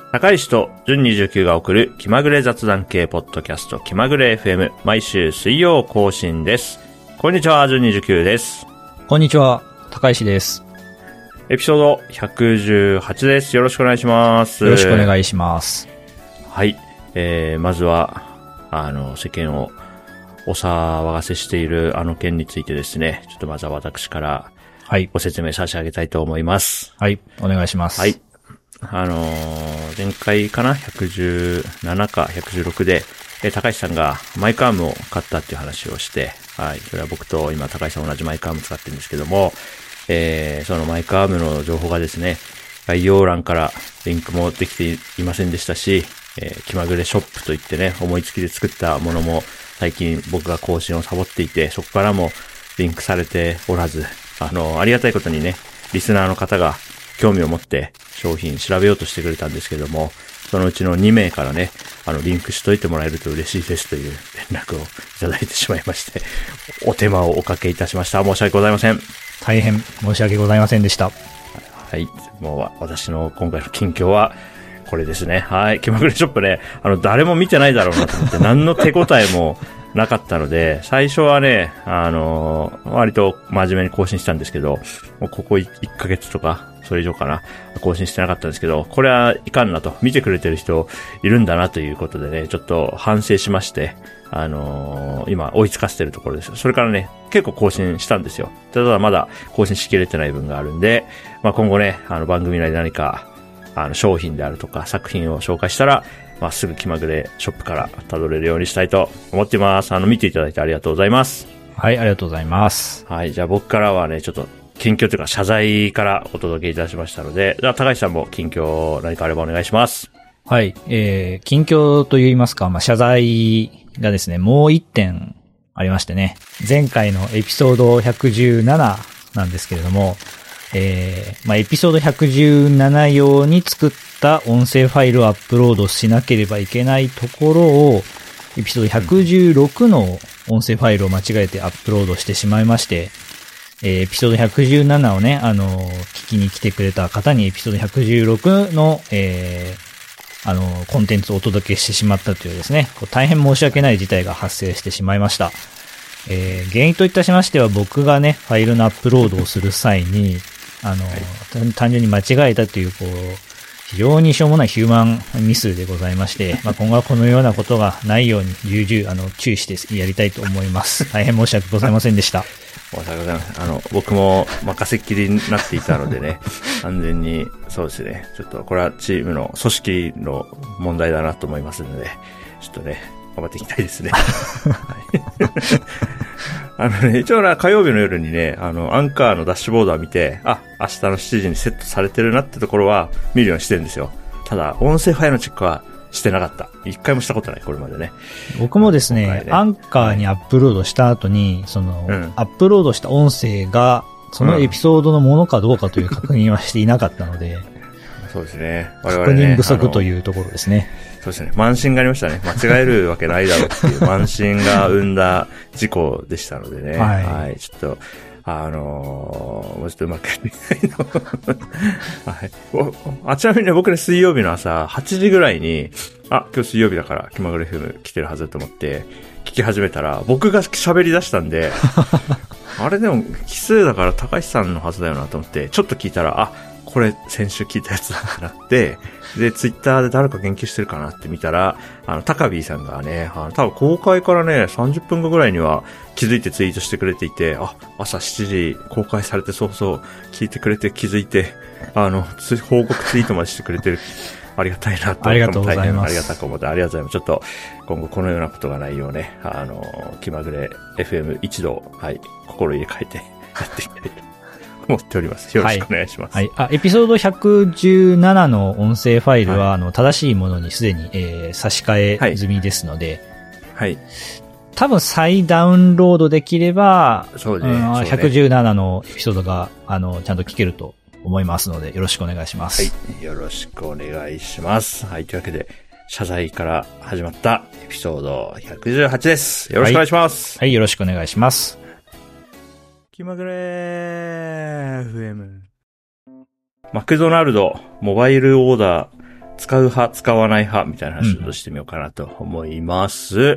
高石と準29が送る気まぐれ雑談系ポッドキャスト気まぐれ FM、 毎週水曜更新です。こんにちは、準29です。 こんにちは、高石です。 エピソード118です。よろしくお願いします。 よろしくお願いします。 はい、まずは世間をお騒がせしている件についてですね、ちょっとまずは私からご説明差し上げたいと思います。 はい、お願いします。 はい。前回かな ?117 か116で、高橋さんがマイクアームを買ったっていう話をして、はい。それは僕と今高橋さん同じマイクアーム使ってるんですけども、そのマイクアームの情報がですね、概要欄からリンクもできていませんでしたし、気まぐれショップといってね、思いつきで作ったものも最近僕が更新をサボっていて、そこからもリンクされておらず、ありがたいことにね、リスナーの方が興味を持って商品調べようとしてくれたんですけども、そのうちの2名からね、リンクしといてもらえると嬉しいですという連絡をいただいてしまいまして、お手間をおかけいたしました。申し訳ございません。 大変申し訳ございませんでした。 はい。もう私の今回の近況はこれですね。はい。気まぐれショップね、誰も見てないだろうなと思って、何の手応えもなかったので、最初はね、割と真面目に更新したんですけど、もうここ1ヶ月とか、それ以上かな、更新してなかったんですけど、これはいかんなと、見てくれてる人いるんだなということでね、ちょっと反省しまして、今追いつかせてるところです。それからね、結構更新したんですよ。ただまだ更新しきれてない分があるんで、まあ、今後ね、番組内で何か、商品であるとか作品を紹介したら、まあ、すぐ気まぐれショップから辿れるようにしたいと思っています。見ていただいてありがとうございます。 はい、ありがとうございます。 はい、じゃあ僕からはね、ちょっと近況というか謝罪からお届けいたしましたので、じゃあ高橋さんも近況何かあればお願いします。 はい、近況と言いますか、まあ、謝罪がですね、もう一点ありましてね、前回のエピソード117なんですけれども、まあ、エピソード117用に作った音声ファイルをアップロードしなければいけないところを、エピソード116の音声ファイルを間違えてアップロードしてしまいまして、エピソード117をね、聞きに来てくれた方にエピソード116の、コンテンツをお届けしてしまったというですね、大変申し訳ない事態が発生してしまいました。原因といたしましては、僕がね、ファイルのアップロードをする際に、単純に間違えたという、非常にしょうもないヒューマンミスでございまして、まあ、今後はこのようなことがないように、重々、注意してやりたいと思います。大変申し訳ございませんでした。 申し訳ございません。僕も任せっきりになっていたのでね、完全に、そうですね、ちょっと、これはチームの組織の問題だなと思いますので、ちょっとね、頑張っていきたいですね。一応火曜日の夜にね、アンカーのダッシュボードを見て、明日の7時にセットされてるなってところは見るようにしてるんですよ。ただ、音声ファイルのチェックはしてなかった。一回もしたことない、これまでね。 僕もですね、アンカーにアップロードした後に、アップロードした音声が、そのエピソードのものかどうかという確認はしていなかったので、 そうですね。 我々ね、確認不足というところですね。 そうですね。慢心がありましたね。間違えるわけないだろうっていう慢心が生んだ事故でしたのでね。 はい。 はい。ちょっと、もうちょっとうまくやりたいの。はい。ちなみにね、僕ね、水曜日の朝、8時ぐらいに、今日水曜日だから、気まぐれフム来てるはずと思って、聞き始めたら、僕が喋り出したんで、あれでも、奇数だから高橋さんのはずだよなと思って、ちょっと聞いたら、これ先週聞いたやつだってなって、で、ツイッターで誰か言及してるかなって見たら、高 B さんがね、多分公開からね、30分後ぐらいには気づいてツイートしてくれていて、朝7時公開されてそうそう聞いてくれて気づいて、報告ツイートまでしてくれてる。ありがたいなと思って。 ありがとうございます。 ありがたく思って、ありがとうございます。ちょっと、今後このようなことがないようね、気まぐれ FM 一度、はい、心入れ替えてやっていきたいと思っております。よろしくお願いします。 はい。エピソード117の音声ファイルは、正しいものにすでに、差し替え済みですので、 はい。 多分再ダウンロードできれば、 そうね。 117のエピソードが、ちゃんと聞けると思いますので、よろしくお願いします。 はい。よろしくお願いします。はい。というわけで、謝罪から始まったエピソード118です。よろしくお願いします。 はい、よろしくお願いします。 気まぐれ FM。マクドナルドモバイルオーダー使う派、使わない派みたいな話をしてみようかなと思います。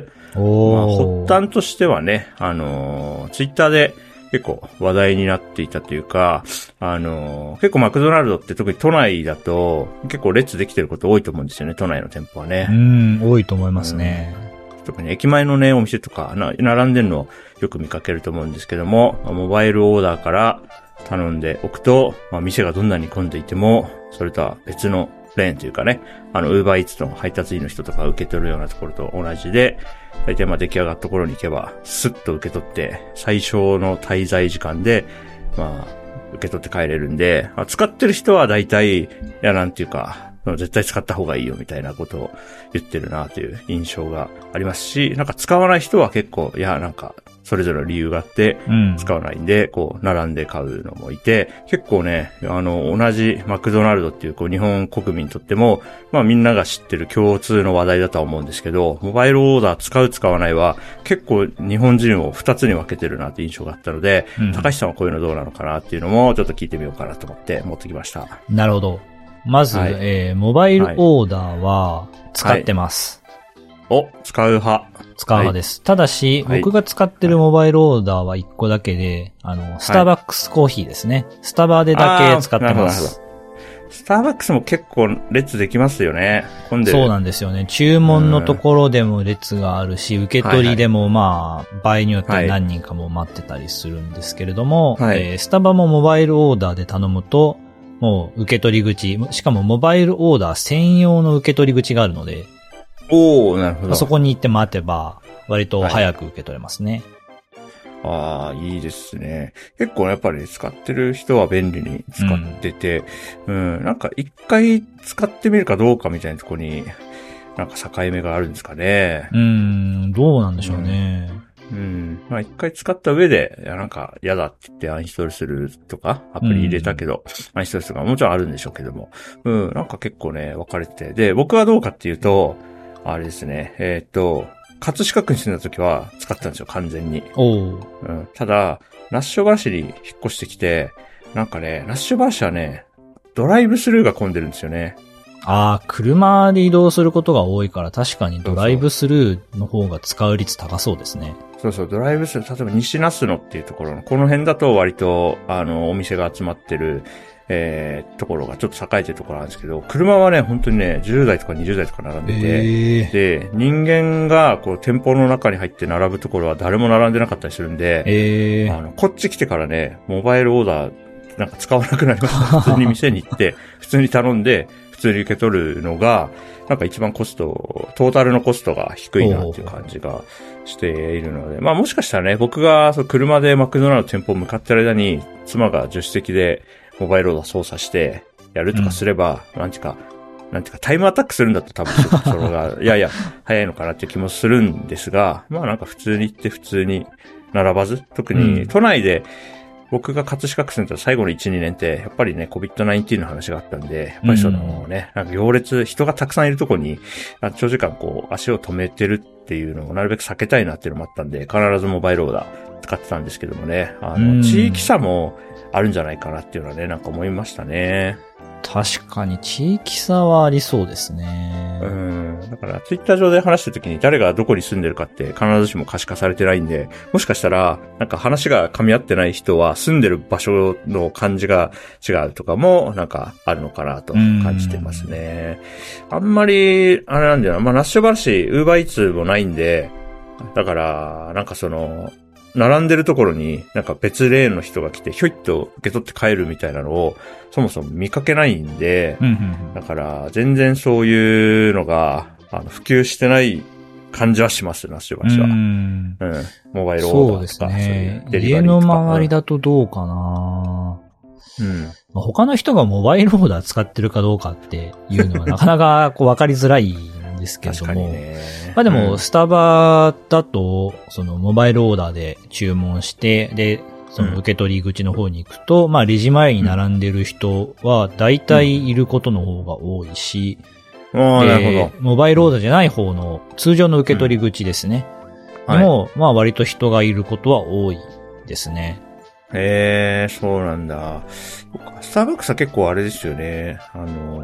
発端としてはね、ツイッターで結構話題になっていたというか、結構マクドナルドって特に都内だと結構列できてること多いと思うんですよね、都内の店舗はね。 多いと思いますね。 特に駅前のね、お店とか、並んでるのをよく見かけると思うんですけども、モバイルオーダーから頼んでおくと、店がどんなに混んでいても、それとは別のレーンというかね、ウーバーイーツの配達員の人とか受け取るようなところと同じで、大体出来上がったところに行けば、スッと受け取って、最小の滞在時間で、受け取って帰れるんで、使ってる人は大体、なんていうか、絶対使った方がいいよみたいなことを言ってるなという印象がありますし、使わない人は結構、それぞれの理由があって、使わないんで、並んで買うのもいて、結構ね、同じマクドナルドっていう、日本国民にとっても、みんなが知ってる共通の話題だとは思うんですけど、モバイルオーダー使う使わないは、結構日本人を2つに分けてるなって印象があったので、高橋さんはこういうのどうなのかなっていうのも、ちょっと聞いてみようかなと思って持ってきました。 なるほど。まず、モバイルオーダーは使ってます。 使う派。 使う派です。ただし、僕が使ってるモバイルオーダーは1個だけで、スターバックスコーヒーですね。スタバでだけ使ってます。 スターバックスも結構列できますよね。混んでる。 そうなんですよね。注文のところでも列があるし、受け取りでも場合によっては何人かも待ってたりするんですけれども、スタバもモバイルオーダーで頼むと、もう受け取り口、しかもモバイルオーダー専用の受け取り口があるので、 なるほど。 そこに行って待てば、割と早く受け取れますね。 いいですね。結構やっぱり使ってる人は便利に使ってて、一回使ってみるかどうかみたいなところに、境目があるんですかね。 どうなんでしょうね。 一回使った上で、嫌だって言ってアンインストールするとか、アプリ入れたけど、アンインストールするのがもちろんあるんでしょうけども、結構ね、分かれてて。で、僕はどうかっていうと、あれですね、葛飾区に住んだ時は使ったんですよ、完全に。ただ、ナッシュバーシに引っ越してきて、ナッシュバーシはね、ドライブスルーが混んでるんですよね。 車で移動することが多いから確かにドライブスルーの方が使う率高そうですね。 そう、ドライブスルー、例えば西那須野っていうところの、この辺だと割と、お店が集まってる、ところがちょっと栄えてるところなんですけど、車はね、本当にね、10台とか20台とか並んでて、で、人間が店舗の中に入って並ぶところは誰も並んでなかったりするんで、こっち来てからね、モバイルオーダー使わなくなりました。普通に店に行って、普通に頼んで、普通に受け取るのが、一番トータルのコストが低いなっていう感じがしているので、もしかしたらね、僕が車でマクドナルド店舗向かってる間に、妻が助手席でモバイルオーダー操作してやるとかすれば、なんていうか、タイムアタックするんだと多分それが、早いのかなっていう気もするんですが、普通に行って普通に並ばず、特に都内で、僕が葛飾区住んだ最後の1、2年って、やっぱりね、COVID-19 の話があったんで、やっぱり行列、人がたくさんいるとこに、長時間足を止めてるっていうのをなるべく避けたいなっていうのもあったんで、必ずモバイルオーダー使ってたんですけどもね、地域差もあるんじゃないかなっていうのはね、思いましたね。 確かに地域差はありそうですね。 だからツイッター上で話してるときに誰がどこに住んでるかって必ずしも可視化されてないんで、もしかしたら話が噛み合ってない人は住んでる場所の感じが違うとかもあるのかなと感じてますね。あんまりあれなんだよな、ナッシュバーシー、ウーバーイーツもないんで、だから並んでるところに別レーンの人が来てひょいっと受け取って帰るみたいなのをそもそも見かけないんで、だから全然そういうのが普及してない感じはします、ナッシュバーシは。モバイルオーダーとか。そうですね。 家の周りだとどうかな。他の人がモバイルオーダー使ってるかどうかっていうのはなかなか分かりづらいんですけども。でも、スタバだと、モバイルオーダーで注文して、で、受け取り口の方に行くと、レジ前に並んでる人は、大体いることの方が多いし、 なるほど。 モバイルオーダーじゃない方の、通常の受け取り口ですね。にも、割と人がいることは多いですね。 そうなんだ。スターバックスは結構あれですよね。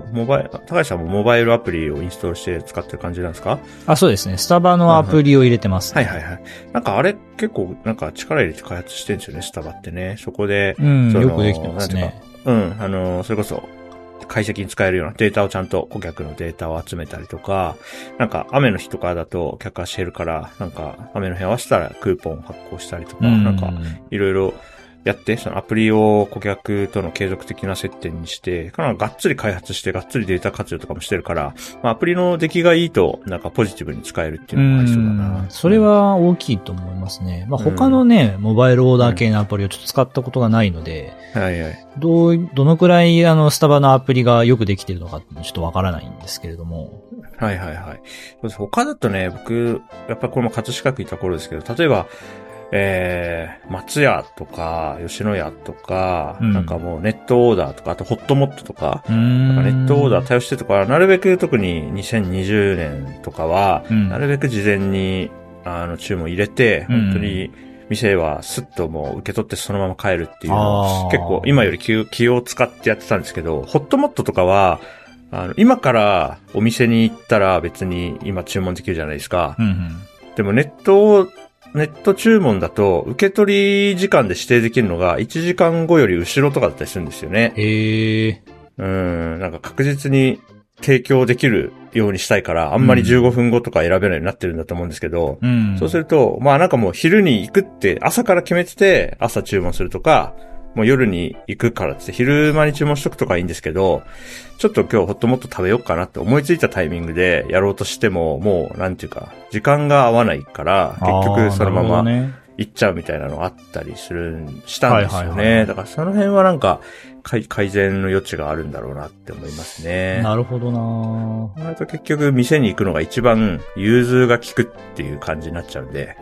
高橋さんもモバイルアプリをインストールして使ってる感じなんですか？ そうですね。スタバのアプリを入れてます、 ね。はいはいはい。なんかあれ結構なんか力入れて開発してるんですよね、スタバってね。そこで。 よくできてますね。 それこそ、解析に使えるようなデータをちゃんと顧客のデータを集めたりとか、なんか雨の日とかだと客足減るから、なんか雨の日合わせたらクーポン発行したりとか、なんかいろいろやって、そのアプリを顧客との継続的な接点にして、かなりがっつり開発して、がっつりデータ活用とかもしてるから、アプリの出来がいいと、なんかポジティブに使えるっていうのがありそうだな。 それは大きいと思いますね。他のね、モバイルオーダー系のアプリをちょっと使ったことがないので、 はいはい。 どのくらいスタバのアプリがよくできてるのかちょっとわからないんですけれども。 はいはいはい。そうです。他だとね、僕、やっぱりこれも葛飾区いた頃ですけど、例えば、松屋とか、吉野家とか、なんかもうネットオーダーとか、あとホットモットとか、なんかネットオーダー対応してとか、なるべく特に2020年とかは、なるべく事前に、注文入れて、本当に、店はスッともう受け取ってそのまま帰るっていうのを、結構今より気を使ってやってたんですけど、ホットモットとかは、今からお店に行ったら別に今注文できるじゃないですか。でもネット注文だと、受け取り時間で指定できるのが、1時間後より後ろとかだったりするんですよね。なんか確実に提供できるようにしたいから、あんまり15分後とか選べないようになってるんだと思うんですけど、そうすると、なんかもう昼に行くって、朝から決めてて、朝注文するとか、もう夜に行くからって昼間に注文しとくとかいいんですけど、ちょっと今日ホットモット食べようかなって思いついたタイミングでやろうとしても、もうなんていうか、時間が合わないから、結局そのまま行っちゃうみたいなのあったりしたんですよね。だからその辺はなんか、改善の余地があるんだろうなって思いますね。 なるほどな。 あと結局店に行くのが一番融通が効くっていう感じになっちゃうんで。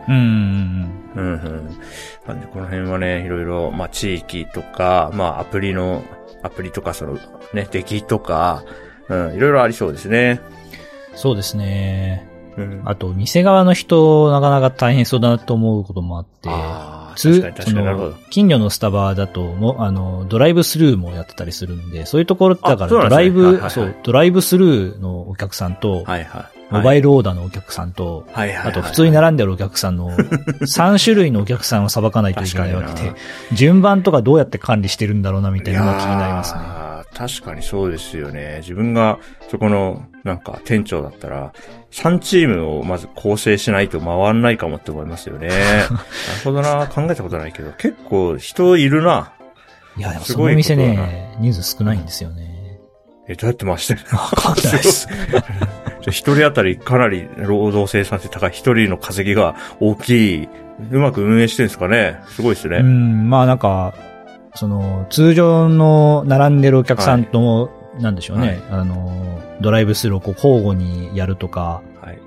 なんでこの辺はね、いろいろ、地域とか、アプリとかそのね、出来とか、いろいろありそうですね。 そうですね。あと、店側の人、なかなか大変そうだなと思うこともあって、 確かになるほど。 近所のスタバだと、ドライブスルーもやってたりするんで、そういうところだからドライブスルーのお客さんと、モバイルオーダーのお客さんと、あと普通に並んでるお客さんの3種類のお客さんを裁かないといけないわけで、順番とかどうやって管理してるんだろうなみたいなのが気になりますね。 確かにそうですよね。自分がそこのなんか店長だったら3チームをまず構成しないと回んないかもって思いますよね。なるほどな。考えたことないけど結構人いるな。 いやでもその店ね、人数少ないんですよね。 どうやって回してるの？ わかんないです。 一人当たりかなり労働生産性高い、一人の稼ぎが大きい、うまく運営してるんですかね。すごいですね。 なんか、通常の並んでるお客さんとも、なんでしょうね。ドライブスルーを交互にやるとか。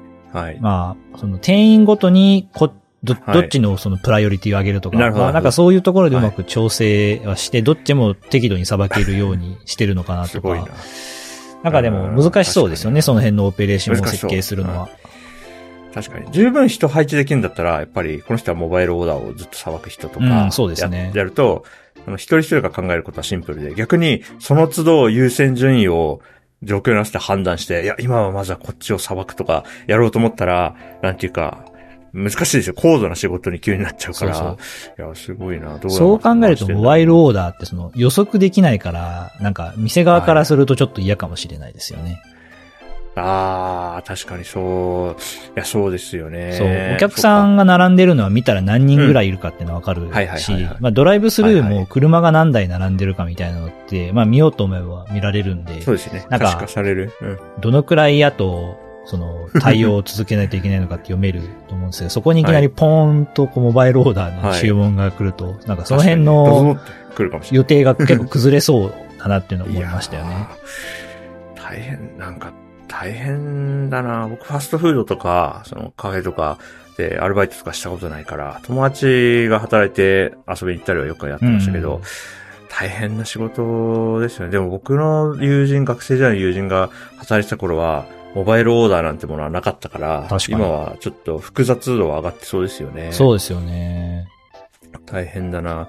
店員ごとにどっちのプライオリティを上げるとか。なんかそういうところでうまく調整はして、どっちも適度に裁けるようにしてるのかなとか。すごいな。なんかでも難しそうですよね、その辺のオペレーションを設計するのは。 確かに。十分人配置できるんだったら、やっぱりこの人はモバイルオーダーをずっと裁く人とか、 そうですね。 やると、一人一人が考えることはシンプルで、逆にその都度優先順位を状況に合わせて判断して、いや、今はまずはこっちを裁くとか、やろうと思ったら、なんていうか、難しいですよ。高度な仕事に急になっちゃうから。いや、すごいな。 そう考えると、モバイルオーダーって予測できないから、なんか、店側からするとちょっと嫌かもしれないですよね。 確かにそう。いや、そうですよね。 そう。お客さんが並んでるのは見たら何人ぐらいいるかっていうのはわかるし、ドライブスルーも車が何台並んでるかみたいなのって、見ようと思えば見られるんで。 そうですね。 なんか、 可視化される。 どのくらい後、対応を続けないといけないのかって読めると思うんですけど、そこにいきなりポーンとモバイルオーダーの注文が来ると、なんかその辺の予定が結構崩れそうだなっていうのを思いましたよね。 大変だな。僕ファストフードとか、カフェとかでアルバイトとかしたことないから、友達が働いて遊びに行ったりはよくやってましたけど、大変な仕事ですよね。でも僕の学生時代の友人が働いてた頃は、モバイルオーダーなんてものはなかったから、今はちょっと複雑度は上がってそうですよね。 そうですよね。 大変だな。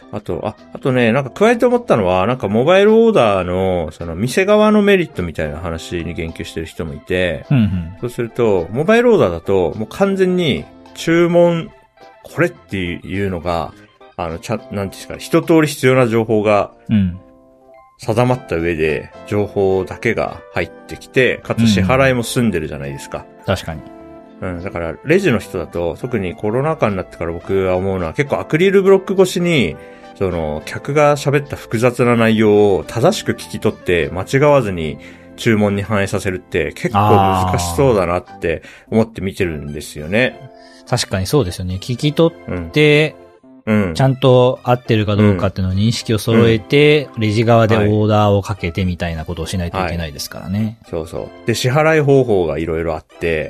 あとね、なんか加えて思ったのは、なんかモバイルオーダーの、その店側のメリットみたいな話に言及してる人もいて、そうすると、モバイルオーダーだと、もう完全に注文、これっていうのが、なんていうんですか、一通り必要な情報が、定まった上で、情報だけが入ってきて、かつ支払いも済んでるじゃないですか。 確かに。 だから、レジの人だと、特にコロナ禍になってから僕が思うのは、結構アクリルブロック越しに、客が喋った複雑な内容を正しく聞き取って、間違わずに注文に反映させるって結構難しそうだなって思って見てるんですよね。 確かにそうですよね。聞き取って、ちゃんと合ってるかどうかっていうのを認識を揃えて、レジ側でオーダーをかけてみたいなことをしないといけないですからね。 そうそう。で、支払い方法がいろいろあって、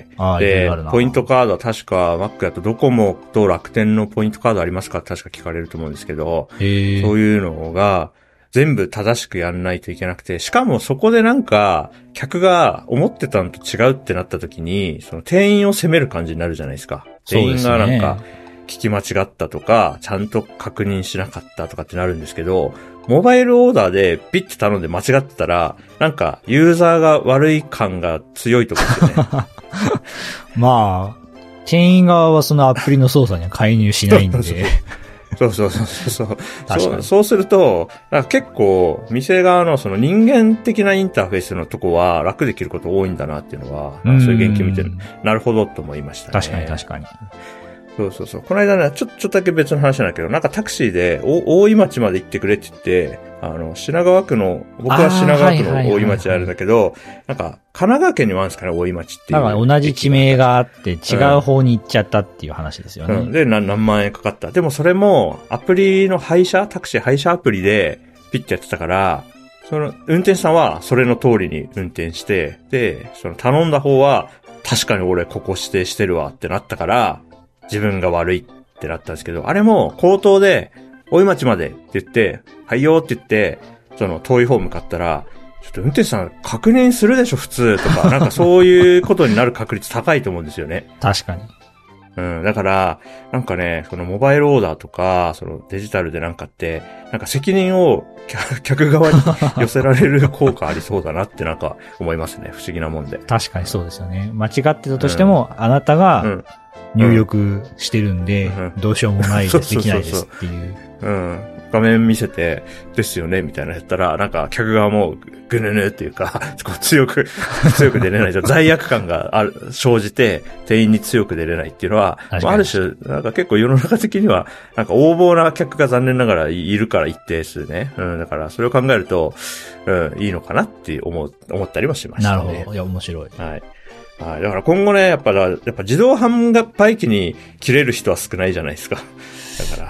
で、ポイントカードは確か Mac だとドコモと楽天のポイントカードありますかって確か聞かれると思うんですけど、そういうのが全部正しくやんないといけなくて、しかもそこでなんか、客が思ってたのと違うってなった時に、その店員を責める感じになるじゃないですか。店員がなんか、聞き間違ったとか、ちゃんと確認しなかったとかってなるんですけど、モバイルオーダーでピッて頼んで間違ってたら、なんかユーザーが悪い感が強いとかですよね。 まあ、店員側はそのアプリの操作には介入しないんで。 そう。そうすると、なんか結構、店側のその人間的なインターフェースのとこは楽できること多いんだなっていうのは、そういう言及見てる。なるほどと思いましたね。 確かに。 そう。この間ね、ちょっとだけ別の話なんだけど、なんかタクシーで、大井町まで行ってくれって言って、品川区の、僕は品川区の大井町あるんだけど、なんか、神奈川県にもあるんですかね、大井町っていう。 なんか同じ地名があって、違う方に行っちゃったっていう話ですよね。 で、何万円かかった。でもそれも、アプリのタクシー配車アプリで、ピッてやってたから、運転手さんはそれの通りに運転して、で、頼んだ方は、確かに俺ここ指定してるわってなったから、自分が悪いってなったんですけど、あれも口頭で、大井町までって言って、はいよって言って、遠い方向かったら、ちょっと運転手さん確認するでしょ普通とか、なんかそういうことになる確率高いと思うんですよね。 確かに。 だから、なんかね、モバイルオーダーとか、デジタルでなんかって、なんか責任を客側に寄せられる効果ありそうだなってなんか思いますね。不思議なもんで。 確かにそうですよね。間違ってたとしても、あなたが入力してるんで、どうしようもないです、できないですっていう。 画面見せて、ですよね、みたいなやったら、なんか客側もぐぬぬっていうか、強く出れないと罪悪感が生じて、店員に強く出れないっていうのは、ある種、なんか結構世の中的には、なんか横暴な客が残念ながらいるから一定数ね。だからそれを考えると、いいのかなって思ったりもしましたね。 なるほど。いや、面白い。 はい。だから今後ね、やっぱ自動販売機に切れる人は少ないじゃないですか。だから。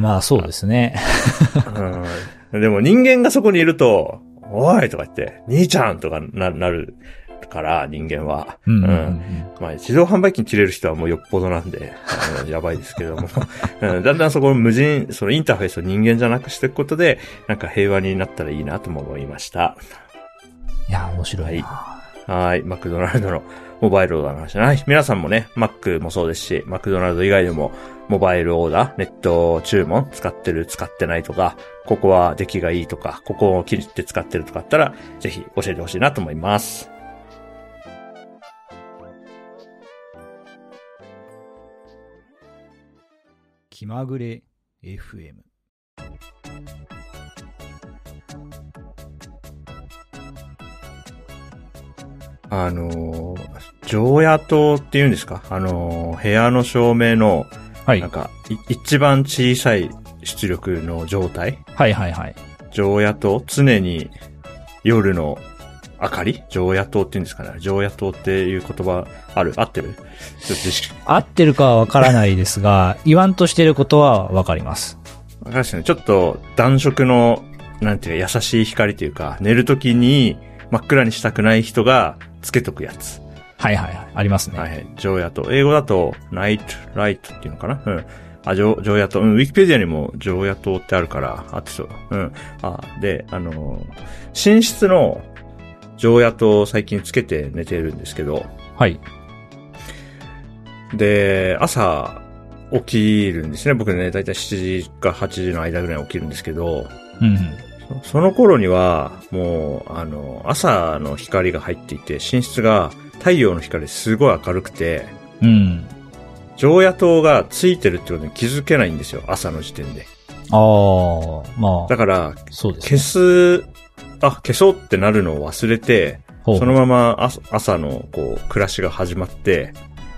まあそうですね。 でも人間がそこにいると、おいとか言って、兄ちゃんとかなるから、人間は。まあ自動販売機に切れる人はもうよっぽどなんで、やばいですけども。だんだんそこのそのインターフェースを人間じゃなくしていくことで、なんか平和になったらいいなとも思いました。 いや、面白いな。 はい。マクドナルドのモバイルオーダーの話じゃない。皆さんもね、Mac もそうですし、マクドナルド以外でも、モバイルオーダー、ネット注文、使ってる、使ってないとか、ここは出来がいいとか、ここを切って使ってるとかあったら、ぜひ教えてほしいなと思います。 気まぐれ FM。 常夜灯っていうんですか？部屋の照明の、なんか、一番小さい出力の状態？常夜灯？常に夜の明かり？常夜灯っていうんですかね？常夜灯っていう言葉合ってる？ 合ってるかはわからないですが、言わんとしてることはわかります。 わかりますね。ちょっと暖色の、なんていうか優しい光というか、寝るときに真っ暗にしたくない人がつけとくやつ。 ありますね。 常夜灯。英語だと、ナイトライトっていうのかな？常夜灯。ウィキペディアにも常夜灯ってあるから、あってそう。で、寝室の常夜灯を最近つけて寝てるんですけど。で、朝、 起きるんですね。僕ね、だいたい7時か8時の間ぐらいに起きるんですけど、その頃には、もう、朝の光が入っていて、寝室が太陽の光ですごい明るくて、常夜灯がついてるってことに気づけないんですよ、朝の時点で。 まあ。 だから、 そうですね。 消そうってなるのを忘れて、そのまま朝の暮らしが始まって、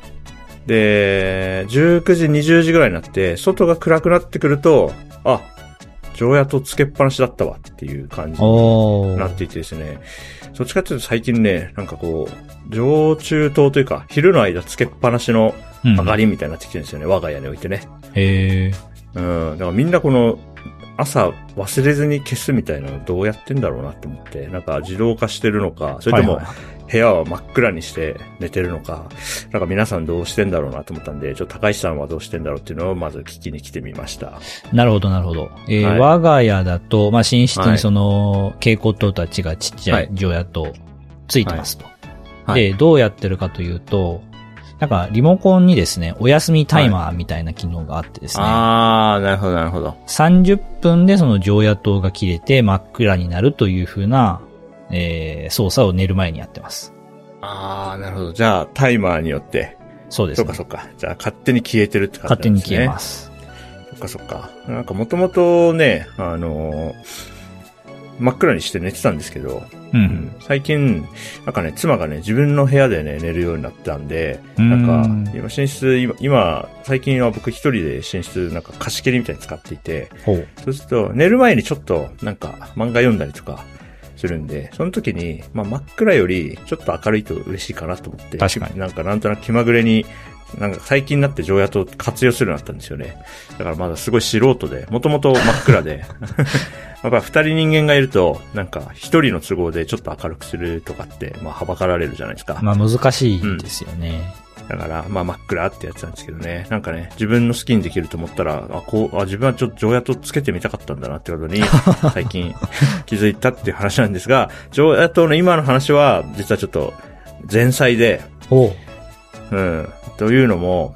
で、19時、20時ぐらいになって、外が暗くなってくると、常夜灯つけっぱなしだったわっていう感じになっていてですね。そっちかっていうと最近ね、なんか常駐灯というか、昼の間つけっぱなしの明かりみたいになってきてるんですよね、我が家においてね。だからみんな朝忘れずに消すみたいなのどうやってんだろうなって思って、なんか自動化してるのか、それとも部屋は真っ暗にして寝てるのか、なんか皆さんどうしてんだろうなと思ったんで、高石さんはどうしてんだろうっていうのをまず聞きに来てみました。 なるほど、なるほど。我が家だと、寝室に蛍光灯たちがちっちゃい常夜灯ついてますと。で、どうやってるかというと、なんか、リモコンにですね、お休みタイマーみたいな機能があってですね。 なるほど、なるほど。 30分でその常夜灯が切れて真っ暗になるという風な、操作を寝る前にやってます。 なるほど。じゃあ、タイマーによって。 そうですね。 そっか。じゃあ、勝手に消えてるって感じなんですね。 勝手に消えます。 そっか。なんか、もともとね、真っ暗にして寝てたんですけど、最近、なんかね、妻がね、自分の部屋でね、寝るようになったんで、なんか、最近は僕一人で寝室なんか貸し切りみたいに使っていて、そうすると、寝る前にちょっと、なんか、漫画読んだりとかするんで、その時に、真っ暗より、ちょっと明るいと嬉しいかなと思って、 確かに。 なんとなく気まぐれに、なんか最近になって常夜灯活用するようになったんですよね。だからまだすごい素人で、もともと真っ暗で、やっぱ二人人間がいると、なんか一人の都合でちょっと明るくするとかって、はばかられるじゃないですか。 難しいですよね。 だから、真っ暗ってやつなんですけどね。なんかね、自分の好きにできると思ったら、自分はちょっと常夜灯つけてみたかったんだなってことに、最近気づいたっていう話なんですが、常夜灯の今の話は、実はちょっと前菜で、というのも、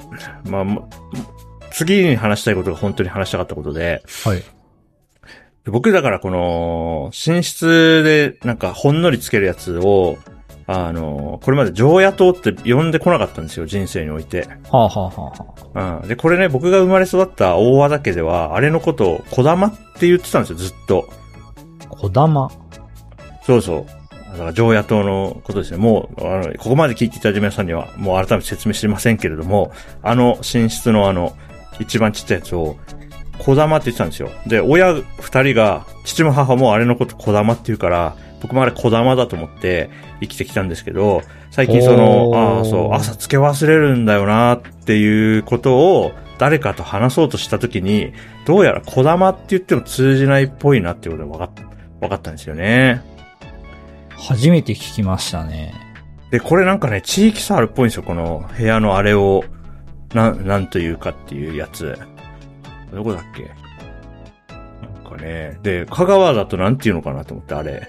次に話したいことが本当に話したかったことで、僕だから寝室でなんかほんのりつけるやつを、これまで常夜灯って呼んでこなかったんですよ、人生において。で、これね、僕が生まれ育った大和田家では、あれのことを小玉って言ってたんですよ、ずっと。 小玉？ そうそう。だから常夜灯のことですね。もう、ここまで聞いていただいた皆さんには、もう改めて説明してませんけれども、寝室の一番ちっちゃいやつを、小玉って言ってたんですよ。で、親二人が、父も母もあれのこと小玉って言うから、僕もあれ小玉だと思って生きてきたんですけど、最近朝つけ忘れるんだよなっていうことを、誰かと話そうとしたときに、どうやら小玉って言っても通じないっぽいなっていうことが分かったんですよね。 初めて聞きましたね。 で、これなんかね、地域差あるっぽいんですよ、この部屋のあれを、なんというかっていうやつ。どこだっけ？なんかね、で、香川だとなんていうのかなと思って、あれ。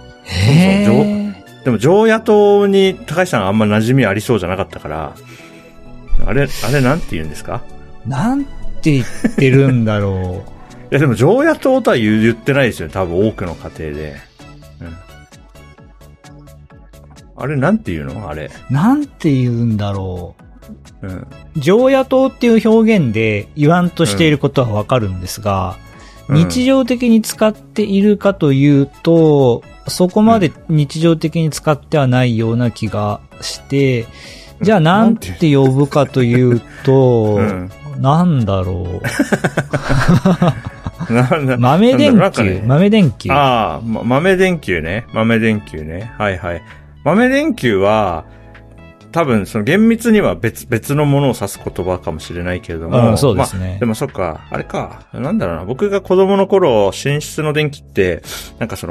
でも、常夜灯に高橋さんあんま馴染みありそうじゃなかったから、あれなんて言うんですか？ なんて言ってるんだろう。いや、でも常夜灯とは言ってないですよね、多分多くの家庭で。あれなんて言うの？あれ。 なんて言うんだろう。常夜灯っていう表現で言わんとしていることはわかるんですが、日常的に使っているかというと、そこまで日常的に使ってはないような気がして、じゃあなんて呼ぶかというと、なんだろう。豆電球、豆電球。 豆電球ね。豆電球ね。はいはい。豆電球は、多分厳密には別のものを指す言葉かもしれないけれども。 そうですね。 でもそっか、あれか、なんだろうな。僕が子供の頃、寝室の電気って、なんか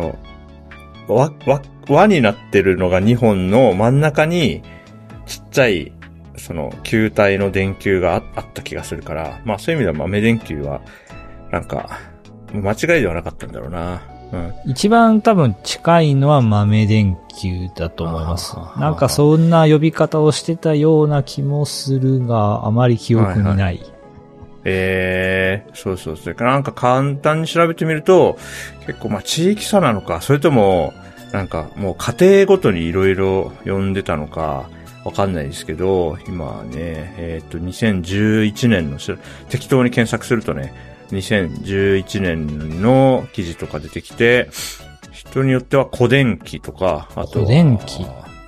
輪になってるのが2本の真ん中に、ちっちゃい、球体の電球があった気がするから、そういう意味では豆電球は、なんか、間違いではなかったんだろうな。 一番多分近いのは豆電球だと思います。なんかそんな呼び方をしてたような気もするが、あまり記憶にない。 そうそうそう。なんか簡単に調べてみると、結構まあ地域差なのか、それとも、なんかもう家庭ごとにいろいろ呼んでたのか、わかんないですけど、今ね、2011年の、適当に検索するとね、2011年の記事とか出てきて、人によっては小電気とか、あと、 小電気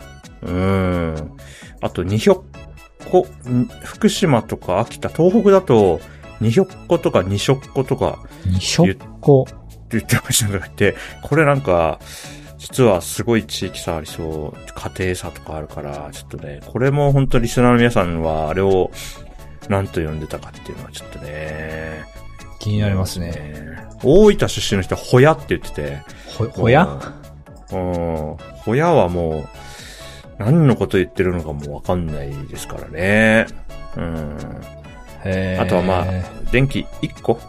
あと二ひょっこ、福島とか秋田、東北だと、二ひょっことか二しょっことか、 二しょっこ言ってましたがいて、これなんか、実はすごい地域差ありそう、家庭差とかあるから、ちょっとね、これも本当リスナーの皆さんはあれを何と呼んでたかっていうのはちょっとね、 気になりますね。 大分出身の人はほやって言ってて、 ほや？ ほやはもう、何のこと言ってるのかもわかんないですからね。あとはまあ、電気1個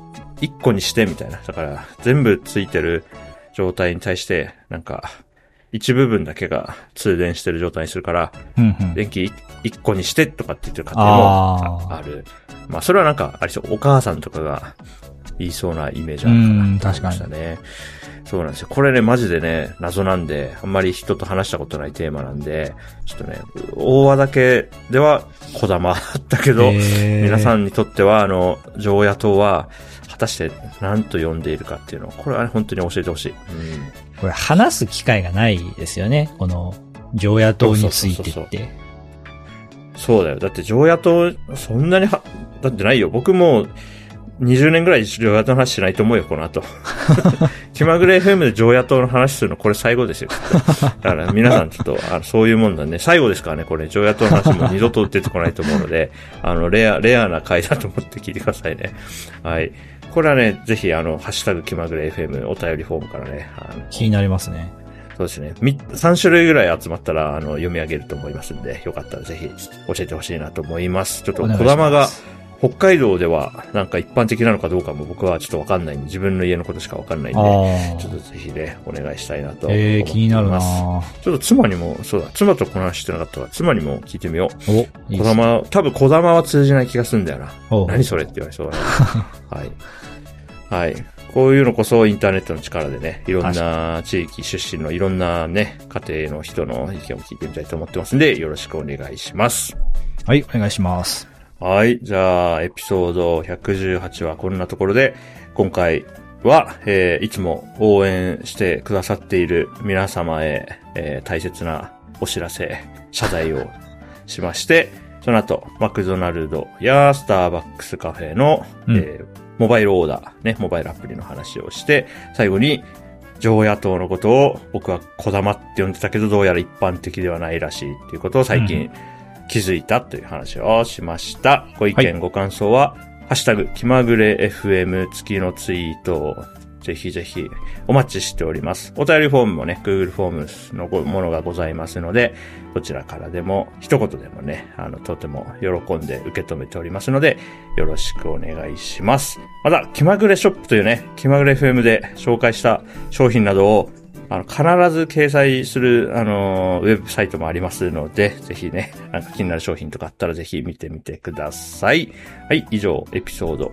1個にしてみたいな。だから、全部ついてる状態に対して、なんか、一部分だけが通電してる状態にするから、電気1個にしてとかって言ってる家庭もある。まあ、それはなんか、ありそう。お母さんとかが言いそうなイメージあるから。 確かに。 ね。そうなんですよ。これね、マジでね、謎なんで、あんまり人と話したことないテーマなんで、ちょっとね、大和だけでは小玉だったけど、皆さんにとっては、常夜灯は、果たして何と呼んでいるかっていうのを、これは、ね、本当に教えてほしい。 これ話す機会がないですよね。この、常夜灯についてって。 そうだよ。だって常夜灯、そんなにだってないよ。僕も、20年ぐらい常夜灯の話しないと思うよ、この後。気まぐれ FM で常夜灯の話するの、これ最後ですよ。だから皆さんちょっと、そういうもんだね。最後ですからね、これ、常夜灯の話も二度と出てこないと思うので、レアな回だと思って聞いてくださいね。はい。これはね、ぜひ、ハッシュタグ気まぐれ FM お便りフォームからね。 気になりますね。 そうですね。3種類ぐらい集まったら、読み上げると思いますんで、よかったらぜひ教えてほしいなと思います。ちょっと、小玉が、北海道ではなんか一般的なのかどうかも僕はちょっとわかんないんで、自分の家のことしかわかんないんで、ちょっとぜひね、お願いしたいなと思います。 気になるな。 ちょっと妻にも、そうだ、妻とこの話してなかったから、妻にも聞いてみよう。小玉、多分小玉は通じない気がするんだよな。何それって言われそうだね。はい。はい。こういうのこそインターネットの力でね、いろんな地域出身のいろんなね、家庭の人の意見を聞いてみたいと思ってますんで、よろしくお願いします。 はい、お願いします。 はい。じゃあ、エピソード118はこんなところで、今回は、いつも応援してくださっている皆様へ、大切なお知らせ、謝罪をしまして、その後、マクドナルドやスターバックスカフェの、モバイルオーダー、ね、モバイルアプリの話をして、最後に、常夜灯のことを僕は小玉って呼んでたけど、どうやら一般的ではないらしいっていうことを最近、気づいたという話をしました。ご意見、ご感想は、ハッシュタグ、気まぐれ FM 付きのツイートをぜひぜひお待ちしております。お便りフォームもね、Google フォームのものがございますので、どちらからでも、一言でもね、とても喜んで受け止めておりますので、よろしくお願いします。また、気まぐれショップというね、気まぐれ FM で紹介した商品などを必ず掲載する、ウェブサイトもありますので、ぜひね、なんか気になる商品とかあったらぜひ見てみてください。はい、以上、エピソード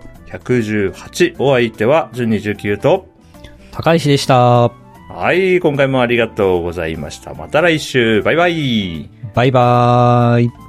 118。お相手は、1219と、 高石でした。 はい、今回もありがとうございました。また来週、バイバイ。 バイバーイ。